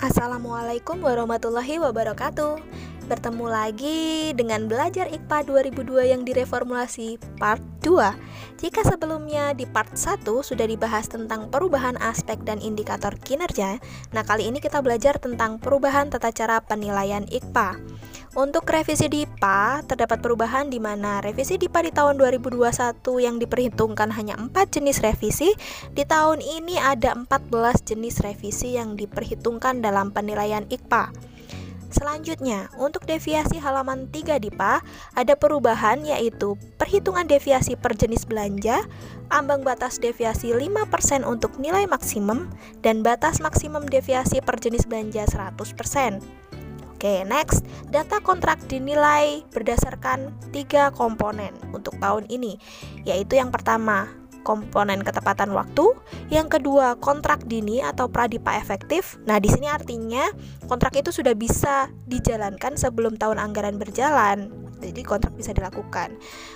Assalamualaikum warahmatullahi wabarakatuh. Bertemu lagi dengan belajar IKPA 2002 yang direformulasi part 2. Jika sebelumnya di part 1 sudah dibahas tentang perubahan aspek dan indikator kinerja, nah kali ini kita belajar tentang perubahan tata cara penilaian IKPA. Untuk revisi di IPA, terdapat perubahan di mana revisi di IPA di tahun 2021 yang diperhitungkan hanya 4 jenis revisi, di tahun ini ada 14 jenis revisi yang diperhitungkan dalam penilaian IKPA. Selanjutnya, untuk deviasi halaman 3 di IPA, ada perubahan yaitu perhitungan deviasi per jenis belanja, ambang batas deviasi 5% untuk nilai maksimum, dan batas maksimum deviasi per jenis belanja 100%. Oke, next, data kontrak dinilai berdasarkan 3 komponen untuk tahun ini, yaitu yang pertama, komponen ketepatan waktu, yang kedua, kontrak dini atau pradipa efektif. Nah, di sini artinya kontrak itu sudah bisa dijalankan sebelum tahun anggaran berjalan. Jadi kontrak bisa dilakukan.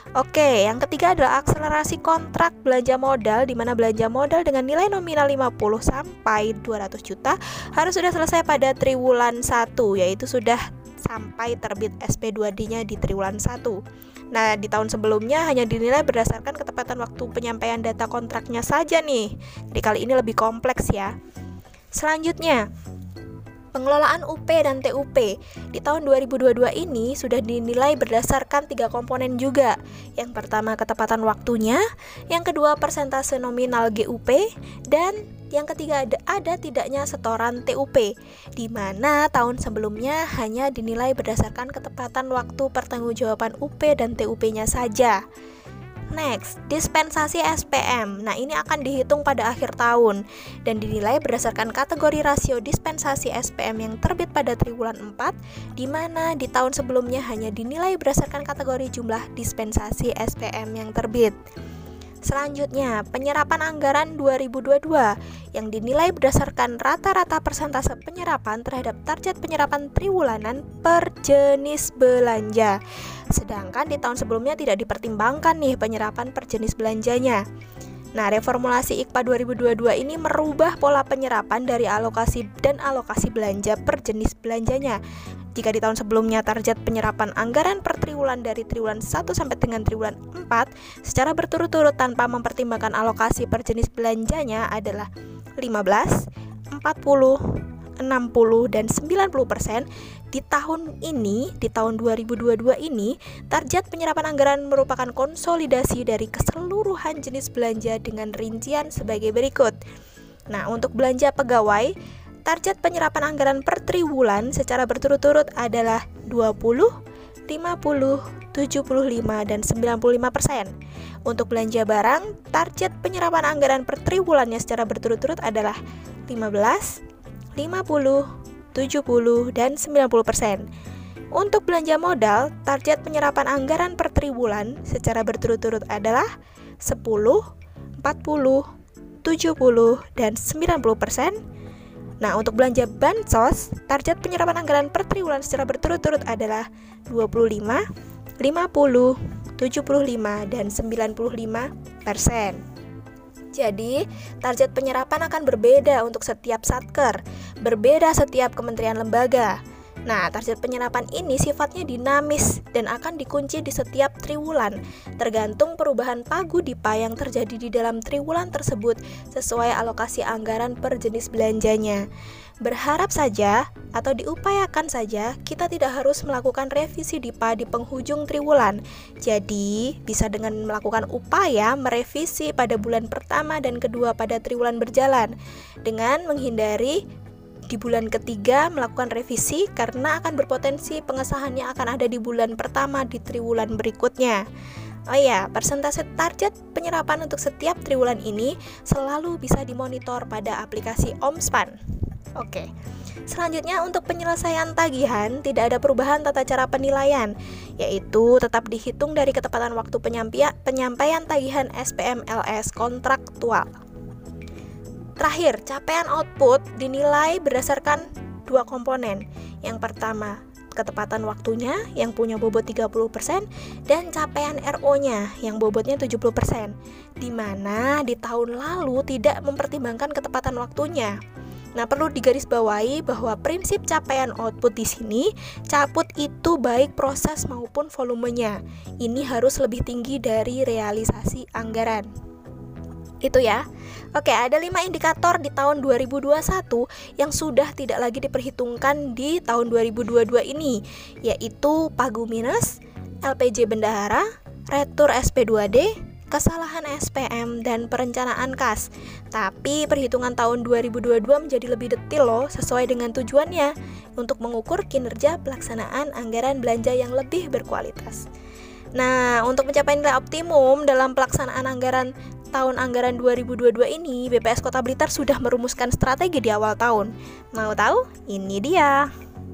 Oke, yang ketiga adalah akselerasi kontrak belanja modal, di mana belanja modal dengan nilai nominal 50 sampai 200 juta harus sudah selesai pada triwulan 1, yaitu sudah sampai terbit SP2D-nya di triwulan 1. Nah, di tahun sebelumnya hanya dinilai berdasarkan ketepatan waktu penyampaian data kontraknya saja nih. Jadi kali ini lebih kompleks ya. Selanjutnya, pengelolaan UP dan TUP di tahun 2022 ini sudah dinilai berdasarkan 3 komponen juga. Yang pertama ketepatan waktunya, yang kedua persentase nominal GUP, dan yang ketiga ada tidaknya setoran TUP, di mana tahun sebelumnya hanya dinilai berdasarkan ketepatan waktu pertanggungjawaban UP dan TUP-nya saja. Next, dispensasi SPM. Nah, ini akan dihitung pada akhir tahun dan dinilai berdasarkan kategori rasio dispensasi SPM yang terbit pada triwulan 4, di mana di tahun sebelumnya hanya dinilai berdasarkan kategori jumlah dispensasi SPM yang terbit. Selanjutnya, penyerapan anggaran 2022 yang dinilai berdasarkan rata-rata persentase penyerapan terhadap target penyerapan triwulanan per jenis belanja. Sedangkan di tahun sebelumnya tidak dipertimbangkan nih penyerapan per jenis belanjanya. Nah, reformulasi IKPA 2022 ini merubah pola penyerapan dari alokasi dan alokasi belanja per jenis belanjanya. Jika di tahun sebelumnya target penyerapan anggaran per triwulan dari triwulan 1 sampai dengan triwulan 4 secara berturut-turut tanpa mempertimbangkan alokasi per jenis belanjanya adalah 15, 40, 60, dan 90%, di tahun ini, di tahun 2022 ini, target penyerapan anggaran merupakan konsolidasi dari keseluruhan jenis belanja dengan rincian sebagai berikut. Nah, untuk belanja pegawai, target penyerapan anggaran per triwulan secara berturut-turut adalah 20, 50, 75, dan 95%. Untuk belanja barang, target penyerapan anggaran per triwulannya secara berturut-turut adalah 15, 50, 70, dan 90%. Untuk belanja modal, target penyerapan anggaran per triwulan secara berturut-turut adalah 10, 40, 70, dan 90%. Nah, untuk belanja bansos, target penyerapan anggaran per triwulan secara berturut-turut adalah 25, 50, 75, dan 95%. Jadi, target penyerapan akan berbeda untuk setiap satker, berbeda setiap kementerian lembaga. Nah, target penyerapan ini sifatnya dinamis dan akan dikunci di setiap triwulan, tergantung perubahan pagu DIPA yang terjadi di dalam triwulan tersebut sesuai alokasi anggaran per jenis belanjanya. Berharap saja atau diupayakan saja kita tidak harus melakukan revisi DIPA di penghujung triwulan. Jadi, bisa dengan melakukan upaya merevisi pada bulan pertama dan kedua pada triwulan berjalan, dengan menghindari di bulan ketiga melakukan revisi karena akan berpotensi pengesahannya akan ada di bulan pertama di triwulan berikutnya. Oh ya, persentase target penyerapan untuk setiap triwulan ini selalu bisa dimonitor pada aplikasi Omspan. Oke. Selanjutnya, untuk penyelesaian tagihan tidak ada perubahan tata cara penilaian, yaitu tetap dihitung dari ketepatan waktu penyampaian tagihan SPM LS kontraktual. Terakhir, capaian output dinilai berdasarkan 2 komponen. Yang pertama, ketepatan waktunya yang punya bobot 30% dan capaian RO-nya yang bobotnya 70%, di mana di tahun lalu tidak mempertimbangkan ketepatan waktunya. Nah, perlu digarisbawahi bahwa prinsip capaian output di sini, caput itu baik proses maupun volumenya. Ini harus lebih tinggi dari realisasi anggaran. Itu ya. Oke, ada 5 indikator di tahun 2021 yang sudah tidak lagi diperhitungkan di tahun 2022 ini, yaitu pagu minus, LPJ bendahara, retur SP2D, kesalahan SPM, dan perencanaan kas. Tapi perhitungan tahun 2022 menjadi lebih detail loh, sesuai dengan tujuannya untuk mengukur kinerja pelaksanaan anggaran belanja yang lebih berkualitas. Nah, untuk mencapai nilai optimum dalam pelaksanaan anggaran tahun anggaran 2022 ini, BPS Kota Blitar sudah merumuskan strategi di awal tahun. Mau tahu? Ini dia.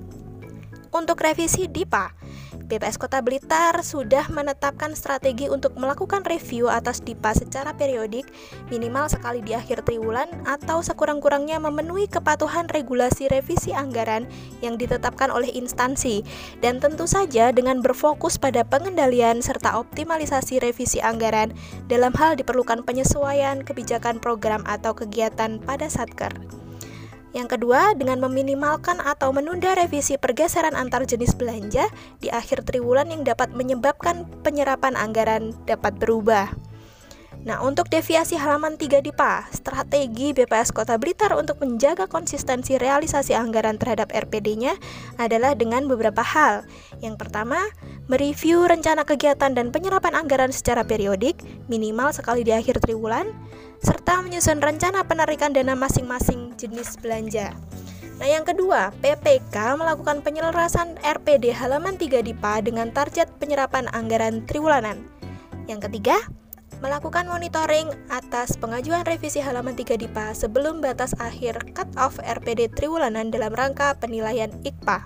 Untuk revisi DIPA, BPS Kota Blitar sudah menetapkan strategi untuk melakukan review atas DIPA secara periodik, minimal sekali di akhir triwulan atau sekurang-kurangnya memenuhi kepatuhan regulasi revisi anggaran yang ditetapkan oleh instansi, dan tentu saja dengan berfokus pada pengendalian serta optimalisasi revisi anggaran dalam hal diperlukan penyesuaian kebijakan program atau kegiatan pada Satker. Yang kedua, dengan meminimalkan atau menunda revisi pergeseran antar jenis belanja di akhir triwulan yang dapat menyebabkan penyerapan anggaran dapat berubah. Nah, untuk deviasi halaman 3 DIPA, strategi BPS Kota Blitar untuk menjaga konsistensi realisasi anggaran terhadap RPD-nya adalah dengan beberapa hal. Yang pertama, mereview rencana kegiatan dan penyerapan anggaran secara periodik, minimal sekali di akhir triwulan, serta menyusun rencana penarikan dana masing-masing jenis belanja. Nah, yang kedua, PPK melakukan penyelarasan RPD halaman 3 DIPA dengan target penyerapan anggaran triwulanan. Yang ketiga, melakukan monitoring atas pengajuan revisi halaman 3 DIPA sebelum batas akhir cut-off RPD triwulanan dalam rangka penilaian IKPA.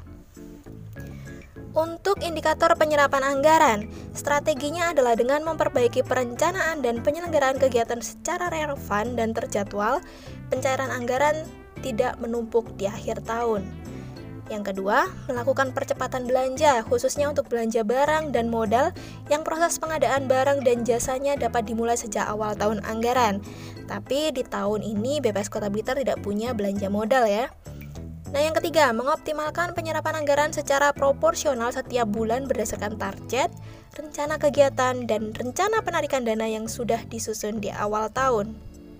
Untuk indikator penyerapan anggaran, strateginya adalah dengan memperbaiki perencanaan dan penyelenggaraan kegiatan secara relevan dan terjadwal, pencairan anggaran tidak menumpuk di akhir tahun. Yang kedua, melakukan percepatan belanja, khususnya untuk belanja barang dan modal yang proses pengadaan barang dan jasanya dapat dimulai sejak awal tahun anggaran. Tapi di tahun ini BPS Kota Blitar tidak punya belanja modal ya. Nah, yang ketiga, mengoptimalkan penyerapan anggaran secara proporsional setiap bulan berdasarkan target, rencana kegiatan, dan rencana penarikan dana yang sudah disusun di awal tahun.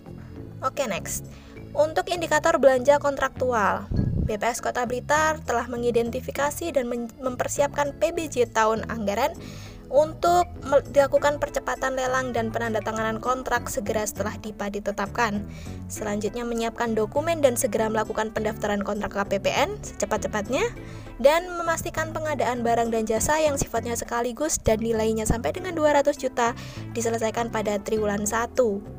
Oke, next. Untuk indikator belanja kontraktual, BPS Kota Blitar telah mengidentifikasi dan mempersiapkan PBJ tahun anggaran untuk dilakukan percepatan lelang dan penandatanganan kontrak segera setelah DIPA ditetapkan. Selanjutnya menyiapkan dokumen dan segera melakukan pendaftaran kontrak KPPN secepat-cepatnya, dan memastikan pengadaan barang dan jasa yang sifatnya sekaligus dan nilainya sampai dengan 200 juta diselesaikan pada triwulan 1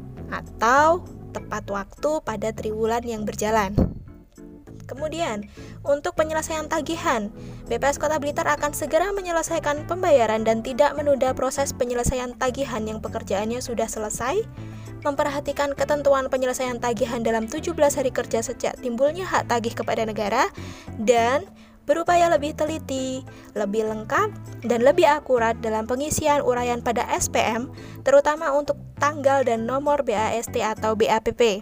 atau tepat waktu pada triwulan yang berjalan. Kemudian, untuk penyelesaian tagihan, BPS Kota Blitar akan segera menyelesaikan pembayaran dan tidak menunda proses penyelesaian tagihan yang pekerjaannya sudah selesai, memperhatikan ketentuan penyelesaian tagihan dalam 17 hari kerja sejak timbulnya hak tagih kepada negara, dan berupaya lebih teliti, lebih lengkap, dan lebih akurat dalam pengisian uraian pada SPM, terutama untuk tanggal dan nomor BAST atau BAPP.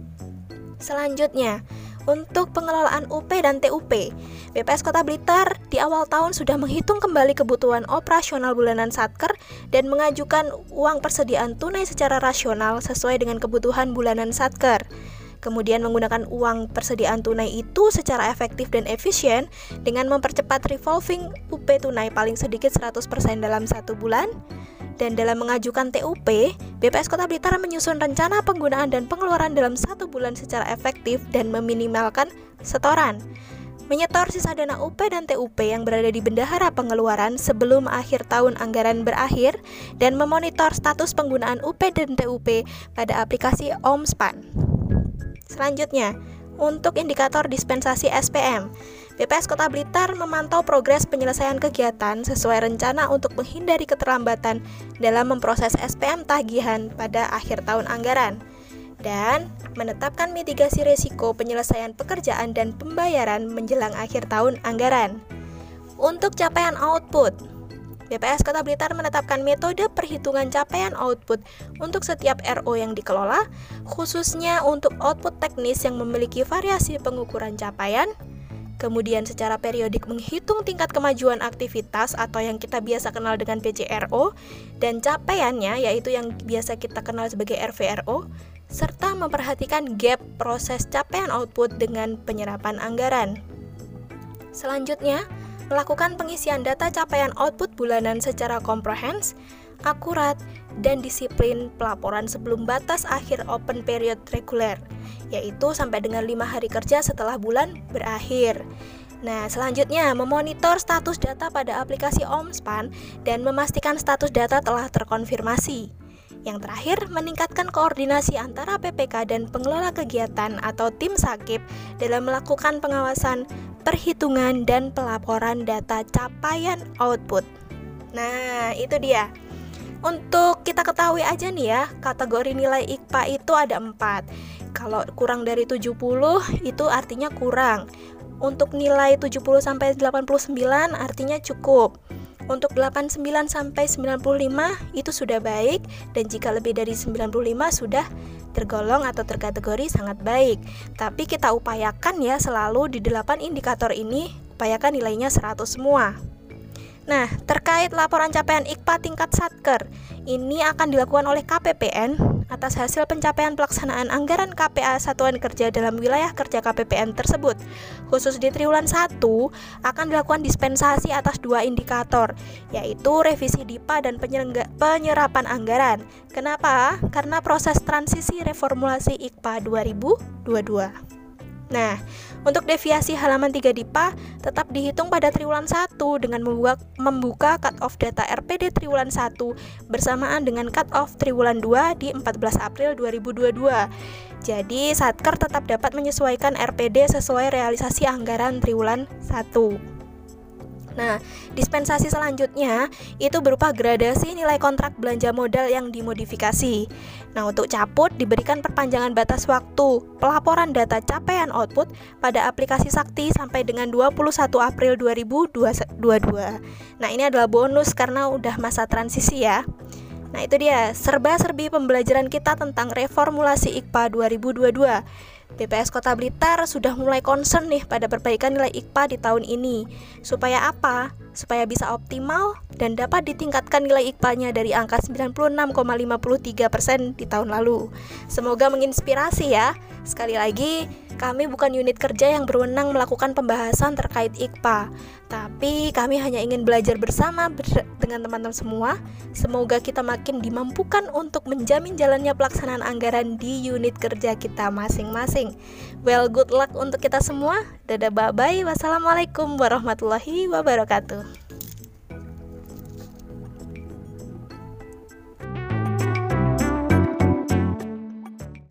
Selanjutnya, untuk pengelolaan UP dan TUP, BPS Kota Blitar di awal tahun sudah menghitung kembali kebutuhan operasional bulanan Satker dan mengajukan uang persediaan tunai secara rasional sesuai dengan kebutuhan bulanan Satker. Kemudian menggunakan uang persediaan tunai itu secara efektif dan efisien dengan mempercepat revolving UP tunai paling sedikit 100% dalam 1 bulan. Dan dalam mengajukan TUP, BPS Kota Blitar menyusun rencana penggunaan dan pengeluaran dalam 1 bulan secara efektif dan meminimalkan setoran. Menyetor sisa dana UP dan TUP yang berada di bendahara pengeluaran sebelum akhir tahun anggaran berakhir, dan memonitor status penggunaan UP dan TUP pada aplikasi Omspan. Selanjutnya, untuk indikator dispensasi SPM, BPS Kota Blitar memantau progres penyelesaian kegiatan sesuai rencana untuk menghindari keterlambatan dalam memproses SPM tagihan pada akhir tahun anggaran, dan menetapkan mitigasi risiko penyelesaian pekerjaan dan pembayaran menjelang akhir tahun anggaran. Untuk capaian output, BPS Kota Blitar menetapkan metode perhitungan capaian output untuk setiap RO yang dikelola, khususnya untuk output teknis yang memiliki variasi pengukuran capaian. Kemudian secara periodik menghitung tingkat kemajuan aktivitas atau yang kita biasa kenal dengan PCRO, dan capaiannya yaitu yang biasa kita kenal sebagai RVRO, serta memperhatikan gap proses capaian output dengan penyerapan anggaran. Selanjutnya, melakukan pengisian data capaian output bulanan secara komprehens, akurat, dan disiplin pelaporan sebelum batas akhir open period reguler, yaitu sampai dengan 5 hari kerja setelah bulan berakhir. Nah, selanjutnya memonitor status data pada aplikasi Omspan dan memastikan status data telah terkonfirmasi. Yang terakhir, meningkatkan koordinasi antara PPK dan pengelola kegiatan atau tim sakip dalam melakukan pengawasan, perhitungan, dan pelaporan data capaian output. Nah, itu dia. Untuk kita ketahui aja nih ya, kategori nilai IKPA itu ada 4. Kalau kurang dari 70 itu artinya kurang. Untuk nilai 70-89 artinya cukup. Untuk 89-95 itu sudah baik, dan jika lebih dari 95 sudah tergolong atau terkategori sangat baik. Tapi kita upayakan ya selalu di 8 indikator ini, upayakan nilainya 100 semua. Nah, terkait laporan capaian IKPA tingkat Satker, ini akan dilakukan oleh KPPN atas hasil pencapaian pelaksanaan anggaran KPA Satuan Kerja dalam wilayah kerja KPPN tersebut. Khusus di triwulan 1 akan dilakukan dispensasi atas 2 indikator, yaitu revisi DIPA dan penyerapan anggaran. Kenapa? Karena proses transisi reformulasi IKPA 2022. Nah, untuk deviasi halaman 3 DIPA tetap dihitung pada triwulan 1 dengan membuka cut-off data RPD triwulan 1 bersamaan dengan cut-off triwulan 2 di 14 April 2022. Jadi, Satker tetap dapat menyesuaikan RPD sesuai realisasi anggaran triwulan 1. Nah, dispensasi selanjutnya itu berupa gradasi nilai kontrak belanja modal yang dimodifikasi. Nah, untuk caput diberikan perpanjangan batas waktu pelaporan data capaian output pada aplikasi Sakti sampai dengan 21 April 2022. Nah, ini adalah bonus karena udah masa transisi ya. Nah, itu dia serba-serbi pembelajaran kita tentang reformulasi IKPA 2022. BPS Kota Blitar sudah mulai concern nih pada perbaikan nilai IKPA di tahun ini. Supaya apa? Supaya bisa optimal dan dapat ditingkatkan nilai IKPA-nya dari angka 96,53% di tahun lalu. Semoga menginspirasi ya. Sekali lagi, kami bukan unit kerja yang berwenang melakukan pembahasan terkait IKPA, tapi kami hanya ingin belajar bersama dengan teman-teman semua. Semoga kita makin dimampukan untuk menjamin jalannya pelaksanaan anggaran di unit kerja kita masing-masing. Well, good luck untuk kita semua. Dadah, bye-bye. Wassalamualaikum warahmatullahi wabarakatuh.